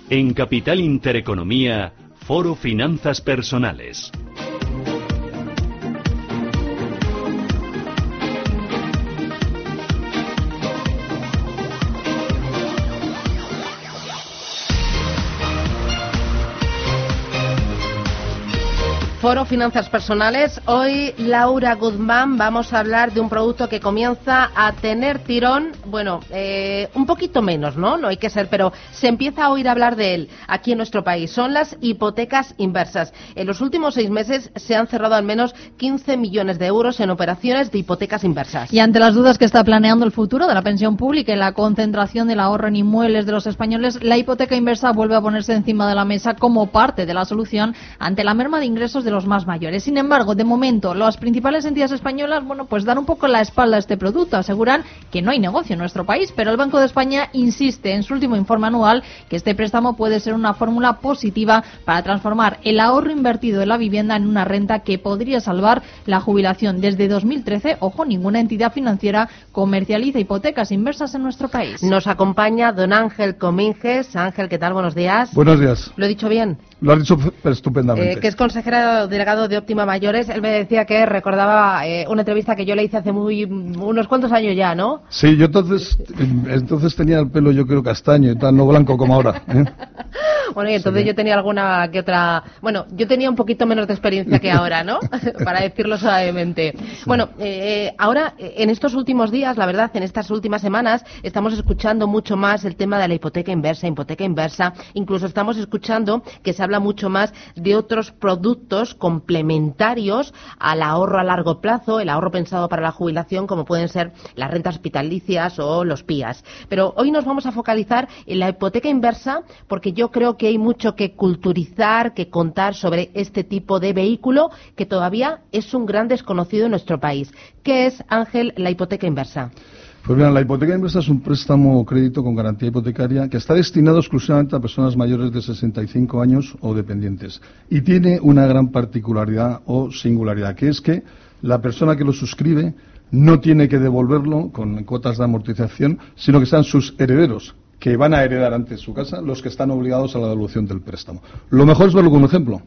En Capital Intereconomía, Foro Finanzas Personales. Foro Finanzas Personales. Hoy, Laura Guzmán, vamos a hablar de un producto que comienza a tener tirón, bueno, un poquito menos, ¿no? No hay que ser, pero se empieza a oír hablar de él aquí en nuestro país. Son las hipotecas inversas. En los últimos 6 meses se han cerrado al menos 15 millones de euros en operaciones de hipotecas inversas. Y ante las dudas que está planeando el futuro de la pensión pública y la concentración del ahorro en inmuebles de los españoles, la hipoteca inversa vuelve a ponerse encima de la mesa como parte de la solución ante la merma de ingresos de los más mayores. Sin embargo, de momento, las principales entidades españolas, pues dan un poco la espalda a este producto. Aseguran que no hay negocio en nuestro país, pero el Banco de España insiste en su último informe anual que este préstamo puede ser una fórmula positiva para transformar el ahorro invertido en la vivienda en una renta que podría salvar la jubilación. Desde 2013, ojo, ninguna entidad financiera comercializa hipotecas inversas en nuestro país. Nos acompaña don Ángel Cominges. Ángel, ¿qué tal? Buenos días. Buenos días. ¿Lo he dicho bien? Lo has dicho estupendamente. Que es consejero delegado de Óptima Mayores. Él me decía que recordaba una entrevista que yo le hice hace unos cuantos años ya, ¿no? Sí, yo entonces tenía el pelo, yo creo, castaño y tal, no blanco como ahora. Bueno, y entonces sí. Yo tenía alguna que otra... Bueno, yo tenía un poquito menos de experiencia que ahora, ¿no? Para decirlo suavemente. Sí. Bueno, ahora, en estos últimos días, la verdad, en estas últimas semanas, estamos escuchando mucho más el tema de la hipoteca inversa. Incluso estamos escuchando que se habla mucho más de otros productos complementarios al ahorro a largo plazo, el ahorro pensado para la jubilación, como pueden ser las rentas vitalicias o los PIAs. Pero hoy nos vamos a focalizar en la hipoteca inversa porque yo creo que hay mucho que culturizar, que contar sobre este tipo de vehículo que todavía es un gran desconocido en nuestro país. ¿Qué es, Ángel, la hipoteca inversa? Pues bien, la hipoteca inversa es un préstamo o crédito con garantía hipotecaria que está destinado exclusivamente a personas mayores de 65 años o dependientes. Y tiene una gran particularidad o singularidad, que es que la persona que lo suscribe no tiene que devolverlo con cuotas de amortización, sino que sean sus herederos, que van a heredar antes su casa, los que están obligados a la devolución del préstamo. Lo mejor es verlo como un ejemplo.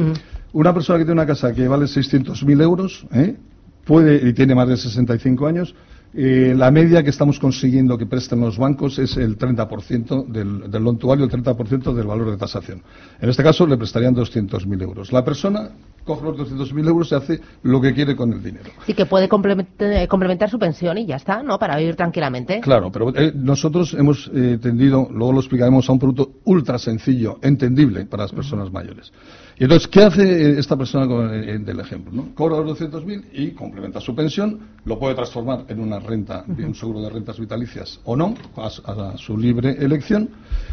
Una persona que tiene una casa que vale 600.000 euros, y tiene más de 65 años, la media que estamos consiguiendo que presten los bancos es el 30% del loan-to-value, el 30% del valor de tasación. En este caso le prestarían 200.000 euros. La persona coge los 200.000 euros y hace lo que quiere con el dinero. Sí, que puede complementar su pensión y ya está, ¿no? Para vivir tranquilamente. Claro, pero nosotros hemos tendido, luego lo explicaremos, a un producto ultra sencillo, entendible para las personas mayores. Y entonces, ¿qué hace esta persona del ejemplo, ¿no? Cobra los 200.000 y complementa su pensión, lo puede transformar en una renta, un seguro de rentas vitalicias o no, a su libre elección,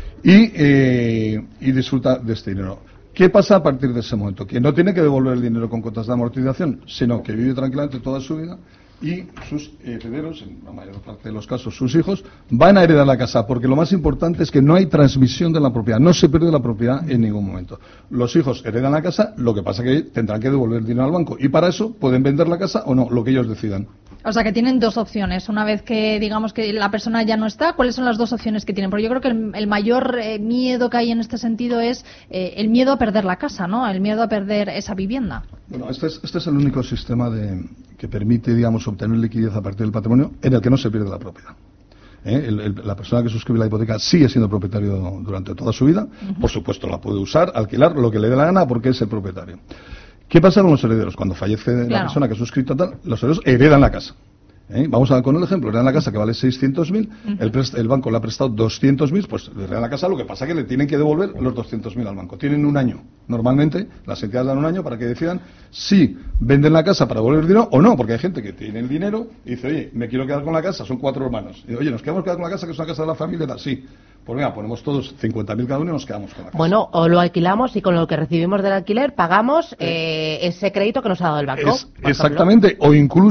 y disfruta de este dinero. ¿Qué pasa a partir de ese momento? Que no tiene que devolver el dinero con cuotas de amortización, sino que vive tranquilamente toda su vida y sus herederos, en la mayor parte de los casos sus hijos, van a heredar la casa, porque lo más importante es que no hay transmisión de la propiedad, no se pierde la propiedad en ningún momento. Los hijos heredan la casa, lo que pasa es que tendrán que devolver el dinero al banco, y para eso pueden vender la casa o no, lo que ellos decidan. O sea que tienen dos opciones. Una vez que digamos que la persona ya no está, ¿cuáles son las dos opciones que tienen? Porque yo creo que el mayor miedo que hay en este sentido es el miedo a perder la casa, ¿no? El miedo a perder esa vivienda. Bueno, este es el único sistema que permite, digamos, obtener liquidez a partir del patrimonio en el que no se pierde la propiedad. La persona que suscribe la hipoteca sigue siendo propietario durante toda su vida. Por supuesto, la puede usar, alquilar, lo que le dé la gana, porque es el propietario. ¿Qué pasa con los herederos? Cuando fallece la persona que ha suscrito tal, los herederos heredan la casa. Vamos a con el ejemplo, heredan la casa que vale 600.000, el banco le ha prestado 200.000, pues le heredan la casa, lo que pasa es que le tienen que devolver los 200.000 al banco. Tienen un año. Normalmente las entidades dan un año para que decidan si venden la casa para devolver el dinero o no, porque hay gente que tiene el dinero y dice, oye, me quiero quedar con la casa, son 4 hermanos. Y, oye, ¿nos quedamos con la casa, que es una casa de la familia? Sí. Pues venga, ponemos todos 50.000 cada uno y nos quedamos con la casa. Bueno, o lo alquilamos y con lo que recibimos del alquiler pagamos ese crédito que nos ha dado el banco. Exactamente, o incluso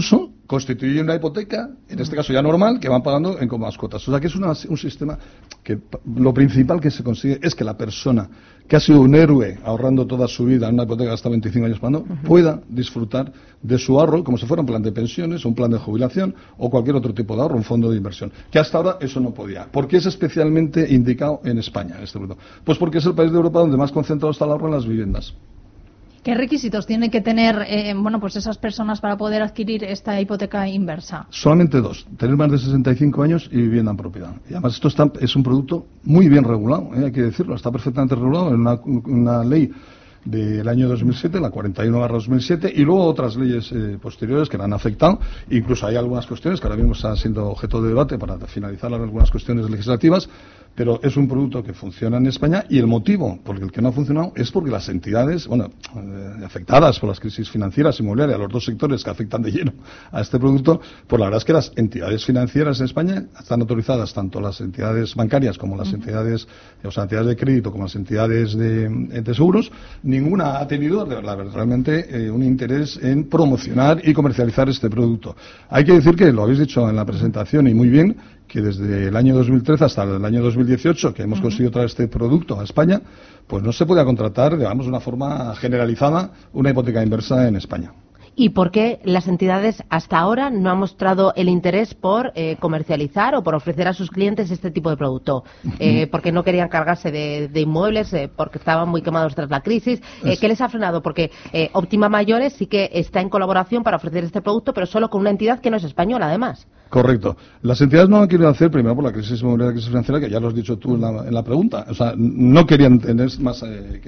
constituye una hipoteca, en este caso ya normal, que van pagando en cómodas cuotas. O sea que es un sistema que lo principal que se consigue es que la persona que ha sido un héroe ahorrando toda su vida en una hipoteca hasta 25 años pagando, pueda disfrutar de su ahorro como si fuera un plan de pensiones, un plan de jubilación o cualquier otro tipo de ahorro, un fondo de inversión. Que hasta ahora eso no podía. ¿Por qué es especialmente indicado en España este producto? Pues porque es el país de Europa donde más concentrado está el ahorro en las viviendas. ¿Qué requisitos tienen que tener pues esas personas para poder adquirir esta hipoteca inversa? Solamente 2, tener más de 65 años y vivienda en propiedad. Y además esto es un producto muy bien regulado, hay que decirlo, está perfectamente regulado en una ley del año 2007, la 41/2007, y luego otras leyes posteriores que la han afectado. Incluso hay algunas cuestiones que ahora mismo están siendo objeto de debate para finalizar algunas cuestiones legislativas, pero es un producto que funciona en España, y el motivo por el que no ha funcionado es porque las entidades, afectadas por las crisis financieras, inmobiliarias, los dos sectores que afectan de lleno a este producto, pues la verdad es que las entidades financieras en España están autorizadas, tanto las entidades bancarias como las entidades de crédito como las entidades de seguros. Ninguna ha tenido realmente un interés en promocionar y comercializar este producto. Hay que decir que, lo habéis dicho en la presentación y muy bien, que desde el año 2013 hasta el año 2018, que hemos conseguido traer este producto a España, pues no se podía contratar, digamos, de una forma generalizada una hipoteca inversa en España. ¿Y por qué las entidades hasta ahora no han mostrado el interés por comercializar o por ofrecer a sus clientes este tipo de producto? Porque no querían cargarse de inmuebles, porque estaban muy quemados tras la crisis. ¿Qué les ha frenado? Porque Óptima Mayores sí que está en colaboración para ofrecer este producto, pero solo con una entidad que no es española, además. Correcto. Las entidades no lo quieren hacer, primero por la crisis inmobiliaria, la crisis financiera, que ya lo has dicho tú en la pregunta. O sea, no querían tener más,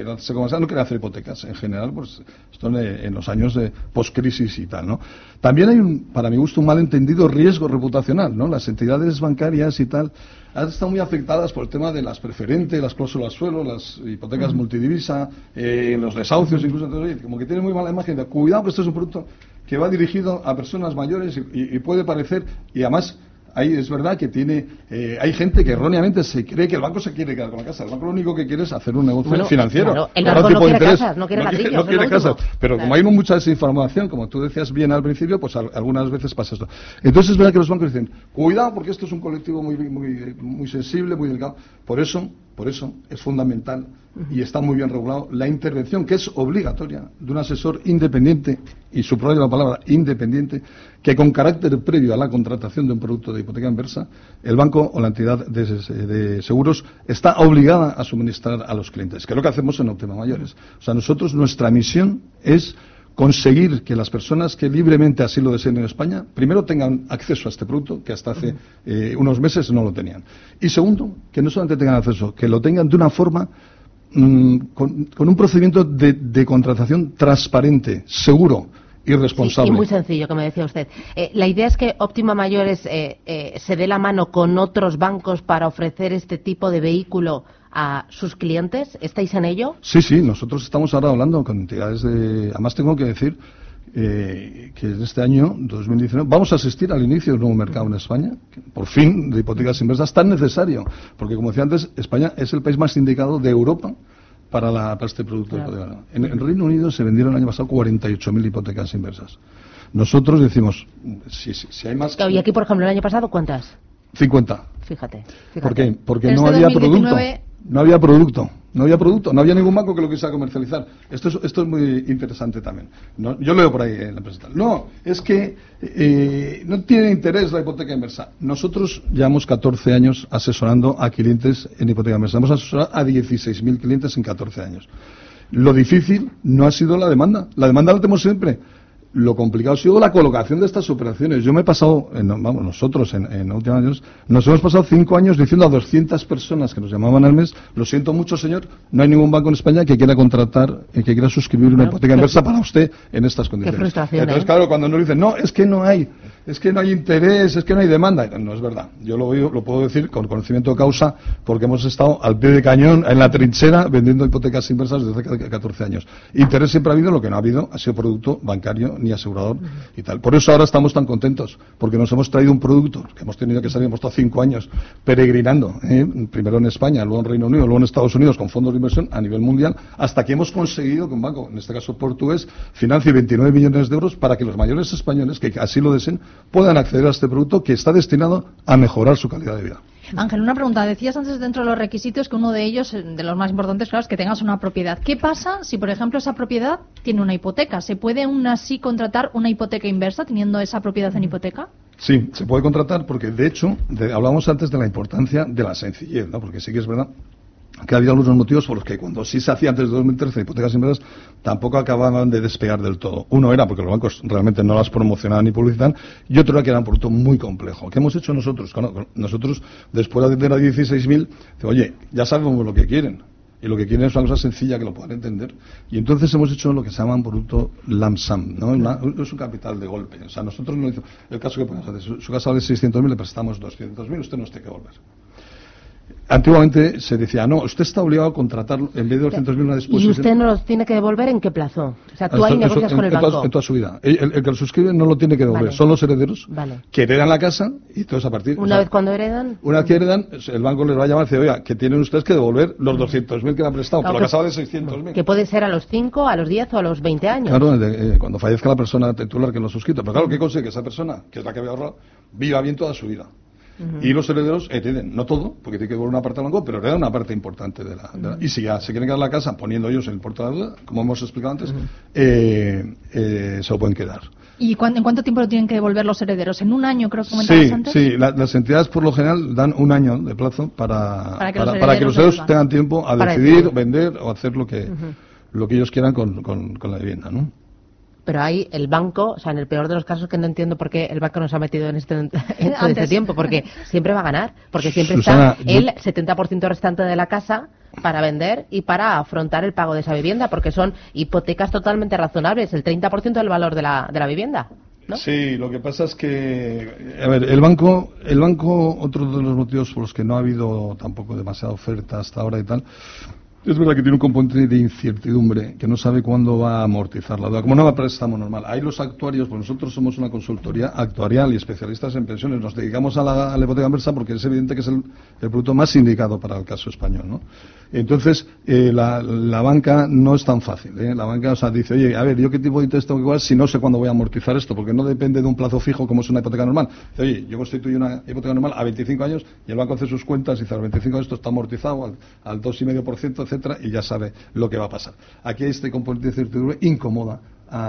no querían hacer hipotecas en general, pues esto en los años de post-crisis y tal, ¿no? También hay para mi gusto, un malentendido riesgo reputacional, ¿no? Las entidades bancarias y tal han estado muy afectadas por el tema de las preferentes, las cláusulas suelo, las hipotecas multidivisa, los desahucios, incluso, entonces, como que tienen muy mala imagen de cuidado, que esto es un producto que va dirigido a personas mayores y puede parecer, y además es verdad que hay gente que erróneamente se cree que el banco se quiere quedar con la casa. El banco lo único que quiere es hacer un negocio financiero. Claro, el banco no quiere casas, no quiere ladrillos. No quiere casas, pero como hay mucha desinformación, como tú decías bien al principio, pues algunas veces pasa esto. Entonces es verdad que los bancos dicen, cuidado, porque esto es un colectivo muy sensible, muy delicado. Por eso es fundamental y está muy bien regulado la intervención, que es obligatoria, de un asesor independiente, y subrayo la palabra independiente, que con carácter previo a la contratación de un producto de hipoteca inversa, el banco o la entidad de seguros está obligada a suministrar a los clientes, que es lo que hacemos en Óptima Mayores. O sea, nosotros, nuestra misión es conseguir que las personas que libremente así lo deseen en España, primero tengan acceso a este producto, que hasta hace unos meses no lo tenían. Y segundo, que no solamente tengan acceso, que lo tengan de una forma, con un procedimiento de contratación transparente, seguro y responsable. Sí, y muy sencillo, como decía usted. La idea es que Óptima Mayores se dé la mano con otros bancos para ofrecer este tipo de vehículo a sus clientes. ¿Estáis en ello? Sí, nosotros estamos ahora hablando con entidades Además tengo que decir que en este año, 2019, vamos a asistir al inicio de un nuevo mercado en España, por fin, de hipotecas inversas, tan necesario, porque como decía antes, España es el país más indicado de Europa para este producto. Claro. En el Reino Unido se vendieron el año pasado 48.000 hipotecas inversas. Nosotros decimos, si hay más... ¿Y aquí, por ejemplo, el año pasado cuántas? 50. Fíjate. ¿Por qué? Porque no había 2019... No había producto, no había ningún banco que lo quisiera comercializar. Esto es muy interesante también. Yo leo por ahí en la presentación. No, es que no tiene interés la hipoteca inversa. Nosotros llevamos 14 años asesorando a clientes en hipoteca inversa. Hemos asesorado a 16.000 clientes en 14 años. Lo difícil no ha sido la demanda. La demanda la tenemos siempre. Lo complicado ha sido la colocación de estas operaciones. Yo me he pasado, nosotros en últimos años, nos hemos pasado 5 años diciendo a 200 personas que nos llamaban al mes, lo siento mucho, señor, no hay ningún banco en España que quiera contratar, que quiera suscribir una hipoteca inversa para usted en estas condiciones. Qué frustración. Entonces, claro, cuando nos dicen, no, es que no hay interés, es que no hay demanda, no es verdad. Yo lo puedo decir con conocimiento de causa, porque hemos estado al pie de cañón, en la trinchera, vendiendo hipotecas inversas desde hace 14 años. Interés siempre ha habido, lo que no ha habido ha sido producto bancario ni asegurador y tal. Por eso ahora estamos tan contentos, porque nos hemos traído un producto que hemos tenido que salir, hemos estado 5 años peregrinando, primero en España, luego en Reino Unido, luego en Estados Unidos con fondos de inversión a nivel mundial, hasta que hemos conseguido que un banco, en este caso portugués, financie 29 millones de euros para que los mayores españoles, que así lo deseen, puedan acceder a este producto que está destinado a mejorar su calidad de vida. Ángel, una pregunta. Decías antes, dentro de los requisitos, que uno de ellos, de los más importantes, claro, es que tengas una propiedad. ¿Qué pasa si, por ejemplo, esa propiedad tiene una hipoteca? ¿Se puede aún así contratar una hipoteca inversa teniendo esa propiedad en hipoteca? Sí, se puede contratar porque, de hecho, hablábamos antes de la importancia de la sencillez, ¿no? Porque sí que es verdad que había algunos motivos por los que cuando sí se hacía antes de 2013 hipotecas inversas tampoco acababan de despegar del todo. Uno era porque los bancos realmente no las promocionaban ni publicitaban, y otro era que era un producto muy complejo. ¿Qué hemos hecho nosotros? Nosotros, después de atender a 16.000, oye, ya sabemos lo que quieren. Y lo que quieren es una cosa sencilla que lo puedan entender. Y entonces hemos hecho lo que se llama un producto lump sum, ¿no? Es un capital de golpe. O sea, nosotros no hicimos el caso que podemos hacer. Su casa vale 600.000, le prestamos 200.000, usted no tiene que volver. Antiguamente se decía, no, usted está obligado a contratar en vez de 200.000 una disposición. ¿Y usted no los tiene que devolver en qué plazo? O sea, tú ahí negocias con el banco. En toda su vida. El que lo suscribe no lo tiene que devolver. Son los herederos que heredan la casa y entonces a partir... Una vez cuando heredan... Una vez que heredan, el banco les va a llamar y dice, oiga, que tienen ustedes que devolver los 200.000 que le han prestado, pero la casa vale 600.000. Que puede ser a los 5, a los 10 o a los 20 años. Claro, cuando fallezca la persona titular que lo ha suscrito. Pero claro, ¿qué consigue? Que esa persona, que es la que había ahorrado, viva bien toda su vida. Y los herederos hereden, no todo, porque tiene que devolver una parte al banco, pero heredan una parte importante de la... Y si ya se quieren quedar la casa poniendo ellos el importe de la deuda, como hemos explicado antes, se lo pueden quedar. ¿Y en cuánto tiempo lo tienen que devolver los herederos? ¿En un año, creo que comentabas antes? Sí, las entidades por lo general dan un año de plazo para que los herederos tengan tiempo a decidir, vender o hacer lo que ellos quieran con la vivienda, ¿no? Pero hay el banco, o sea, en el peor de los casos, que no entiendo por qué el banco nos ha metido en todo este tiempo, porque siempre va a ganar, porque siempre Susana, está el 70% restante de la casa para vender y para afrontar el pago de esa vivienda, porque son hipotecas totalmente razonables, el 30% del valor de la vivienda, ¿no? Sí, lo que pasa es que, a ver, el banco, otro de los motivos por los que no ha habido tampoco demasiada oferta hasta ahora y tal, es verdad que tiene un componente de incertidumbre, que no sabe cuándo va a amortizar la deuda, como no va a préstamo normal. Ahí los actuarios, pues nosotros somos una consultoría actuarial y especialistas en pensiones, nos dedicamos a la hipoteca inversa porque es evidente que es el producto más indicado para el caso español, ¿no? Entonces, la banca no es tan fácil, ¿eh? La banca, o sea, dice, oye, a ver, ¿yo qué tipo de interés tengo que cobrar si no sé cuándo voy a amortizar esto? Porque no depende de un plazo fijo como es una hipoteca normal. Dice, oye, yo constituyo una hipoteca normal a 25 años y el banco hace sus cuentas y dice, a los 25 años esto está amortizado al 2,5%, etcétera, y ya sabe lo que va a pasar. Aquí este componente de incertidumbre incomoda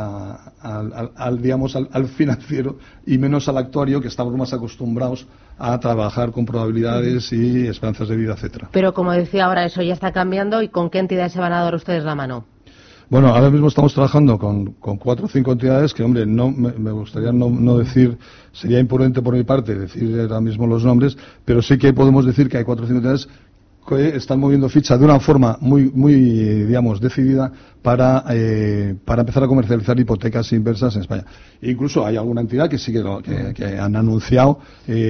al financiero y menos al actuario, que estamos más acostumbrados a trabajar con probabilidades y esperanzas de vida, etcétera. Pero como decía ahora, eso ya está cambiando. ¿Y con qué entidades se van a dar ustedes la mano? Bueno, ahora mismo estamos trabajando con 4 o 5 entidades que, hombre, no me gustaría no decir, sería imprudente por mi parte decir ahora mismo los nombres, pero sí que podemos decir que hay 4 o 5 entidades que están moviendo ficha de una forma muy digamos, decidida para empezar a comercializar hipotecas inversas en España. E incluso hay alguna entidad que sí que han anunciado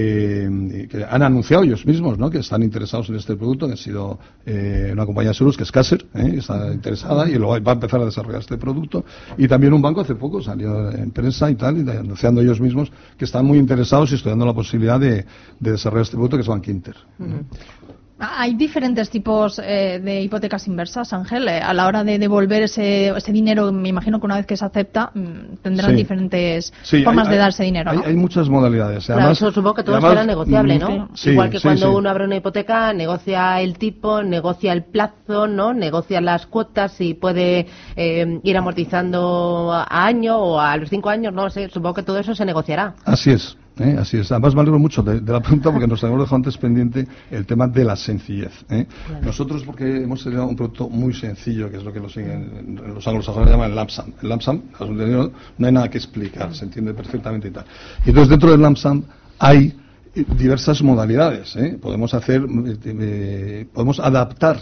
ellos mismos, ¿no?, que están interesados en este producto, que ha sido una compañía de seguros que es Caser, que está interesada y lo va a empezar a desarrollar este producto, y también un banco hace poco salió en prensa y tal, y anunciando ellos mismos que están muy interesados y estudiando la posibilidad de desarrollar este producto, que es Bankinter. Hay diferentes tipos de hipotecas inversas, Ángel. A la hora de devolver ese dinero, me imagino que una vez que se acepta, tendrán diferentes formas de dar ese dinero, ¿no? Hay muchas modalidades. Claro, además, eso supongo que todo será negociable, ¿no? Sí, igual que cuando uno abre una hipoteca, negocia el tipo, negocia el plazo, ¿no? Negocia las cuotas y puede ir amortizando a año o a los 5 años, no sé. Supongo que todo eso se negociará. Así es. Así es. Además me alegro mucho de la pregunta porque nos habíamos dejado antes pendiente el tema de la sencillez. Claro. Nosotros, porque hemos tenido un producto muy sencillo, que es lo que los anglosajones llaman el lump sum. El lump sum, no hay nada que explicar, se entiende perfectamente y tal. Y entonces dentro del lump sum hay diversas modalidades. Podemos adaptar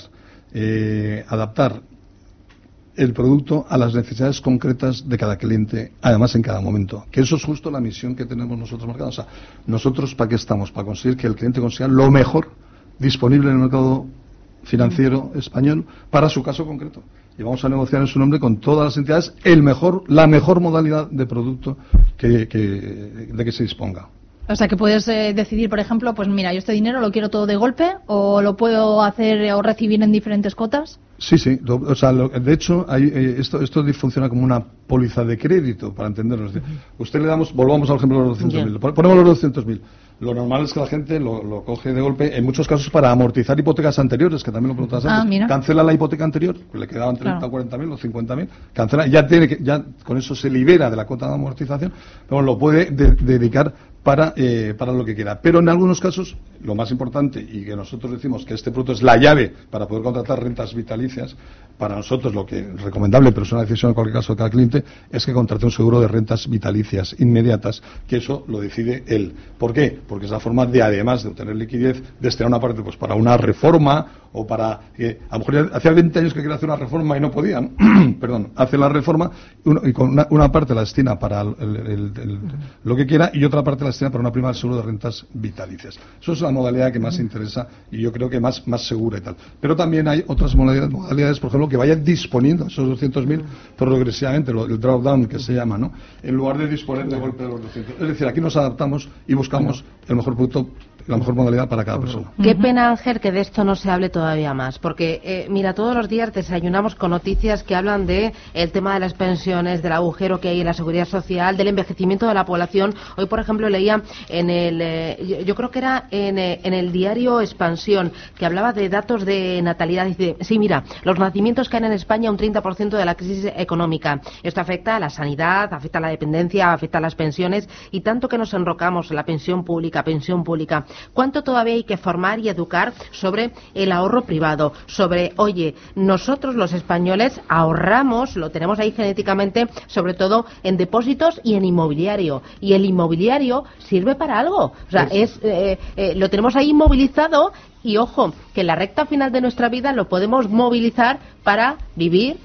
el producto a las necesidades concretas de cada cliente, además en cada momento. Que eso es justo la misión que tenemos nosotros marcada. O sea, nosotros ¿para qué estamos? Para conseguir que el cliente consiga lo mejor disponible en el mercado financiero español para su caso concreto. y vamos a negociar en su nombre con todas las entidades la mejor modalidad de producto de que se disponga. O sea, que puedes decidir, por ejemplo, pues mira, yo este dinero lo quiero todo de golpe, o lo puedo hacer o recibir en diferentes cotas. Sí, o sea, de hecho, esto funciona como una póliza de crédito, para entenderlo. Usted le damos, volvamos al ejemplo de los 200.000. Ponemos los 200.000. Lo normal es que la gente lo coge de golpe, en muchos casos para amortizar hipotecas anteriores, que también lo preguntabas antes. Mira. Cancela la hipoteca anterior, que le quedaban 30 o 40.000 o 50.000, cancela, ya con eso se libera de la cuota de amortización, pero lo puede dedicar para lo que quiera. Pero en algunos casos, lo más importante, y que nosotros decimos que este producto es la llave para poder contratar rentas vitalicias, para nosotros lo que es recomendable, pero es una decisión en cualquier caso de cada cliente, es que contrate un seguro de rentas vitalicias inmediatas, que eso lo decide él. ¿Por qué? Porque es la forma de, además de obtener liquidez, destinar una parte pues para una reforma, o para que a lo mejor hacía 20 años que quería hacer una reforma y no podían, perdón, hace la reforma y con una parte la destina para lo que quiera y otra parte la destina para una prima del seguro de rentas vitalicias. Eso es la modalidad que más interesa y yo creo que más segura y tal. Pero también hay otras modalidades, por ejemplo, que vayan disponiendo esos 200.000 progresivamente, el drawdown que se llama, ¿no? En lugar de disponer de golpe de los 200. Es decir, aquí nos adaptamos y buscamos el mejor producto, la mejor modalidad para cada persona. Qué pena, Ángel, que de esto no se hable todavía más, porque mira, todos los días desayunamos con noticias que hablan de el tema de las pensiones, del agujero que hay en la seguridad social, del envejecimiento de la población. Hoy, por ejemplo, leía en yo creo que era en el diario Expansión, que hablaba de datos de natalidad. Dice, sí, mira, los nacimientos caen en España un 30% de la crisis económica. Esto afecta a la sanidad, afecta a la dependencia, afecta a las pensiones, y tanto que nos enrocamos en la pensión pública. ¿Cuánto todavía hay que formar y educar sobre el ahorro privado? Sobre, oye, nosotros los españoles ahorramos, lo tenemos ahí genéticamente, sobre todo en depósitos y en inmobiliario. Y el inmobiliario sirve para algo. O sea, lo tenemos ahí movilizado y, ojo, que en la recta final de nuestra vida lo podemos movilizar para vivir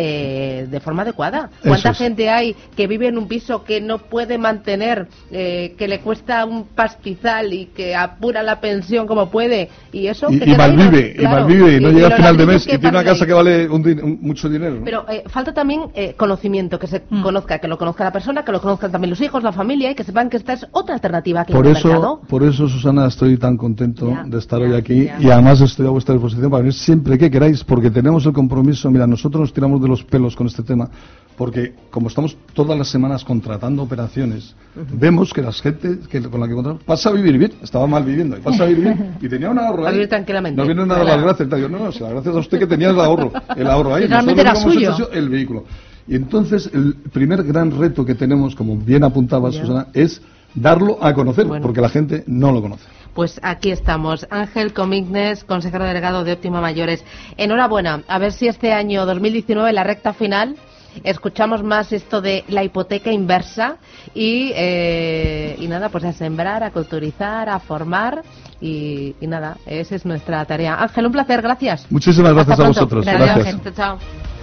de forma adecuada. ¿Cuánta gente hay que vive en un piso que no puede mantener, que le cuesta un pastizal y que apura la pensión como puede? Y eso y malvive, y no llega a final de mes y tiene una casa que vale mucho dinero, ¿no? Pero falta también conocimiento, que se conozca, que lo conozca la persona, que lo conozcan también los hijos, la familia, y que sepan que esta es otra alternativa que hay en el mercado. Por eso, Susana, estoy tan contento de estar hoy aquí y además estoy a vuestra disposición para venir siempre que queráis, porque tenemos el compromiso. Mira, nosotros nos tiramos de los pelos con este tema, porque como estamos todas las semanas contratando operaciones, vemos que la gente con la que contratamos pasa a vivir bien, estaba mal viviendo, y pasa a vivir bien, y tenía un ahorro ahí. A vivir tranquilamente. No vienen a dar las gracias. Digo, no, si las gracias a usted que tenía el ahorro ahí. Realmente era suyo. El vehículo. Y entonces, el primer gran reto que tenemos, como bien apuntaba Susana, es darlo a conocer, porque la gente no lo conoce. Pues aquí estamos. Ángel Comignes, consejero delegado de Óptima Mayores. Enhorabuena. A ver si este año 2019, la recta final, escuchamos más esto de la hipoteca inversa y nada, pues a sembrar, a culturizar, a formar y nada, esa es nuestra tarea. Ángel, un placer, gracias. Muchísimas gracias a vosotros. Gracias. Chao.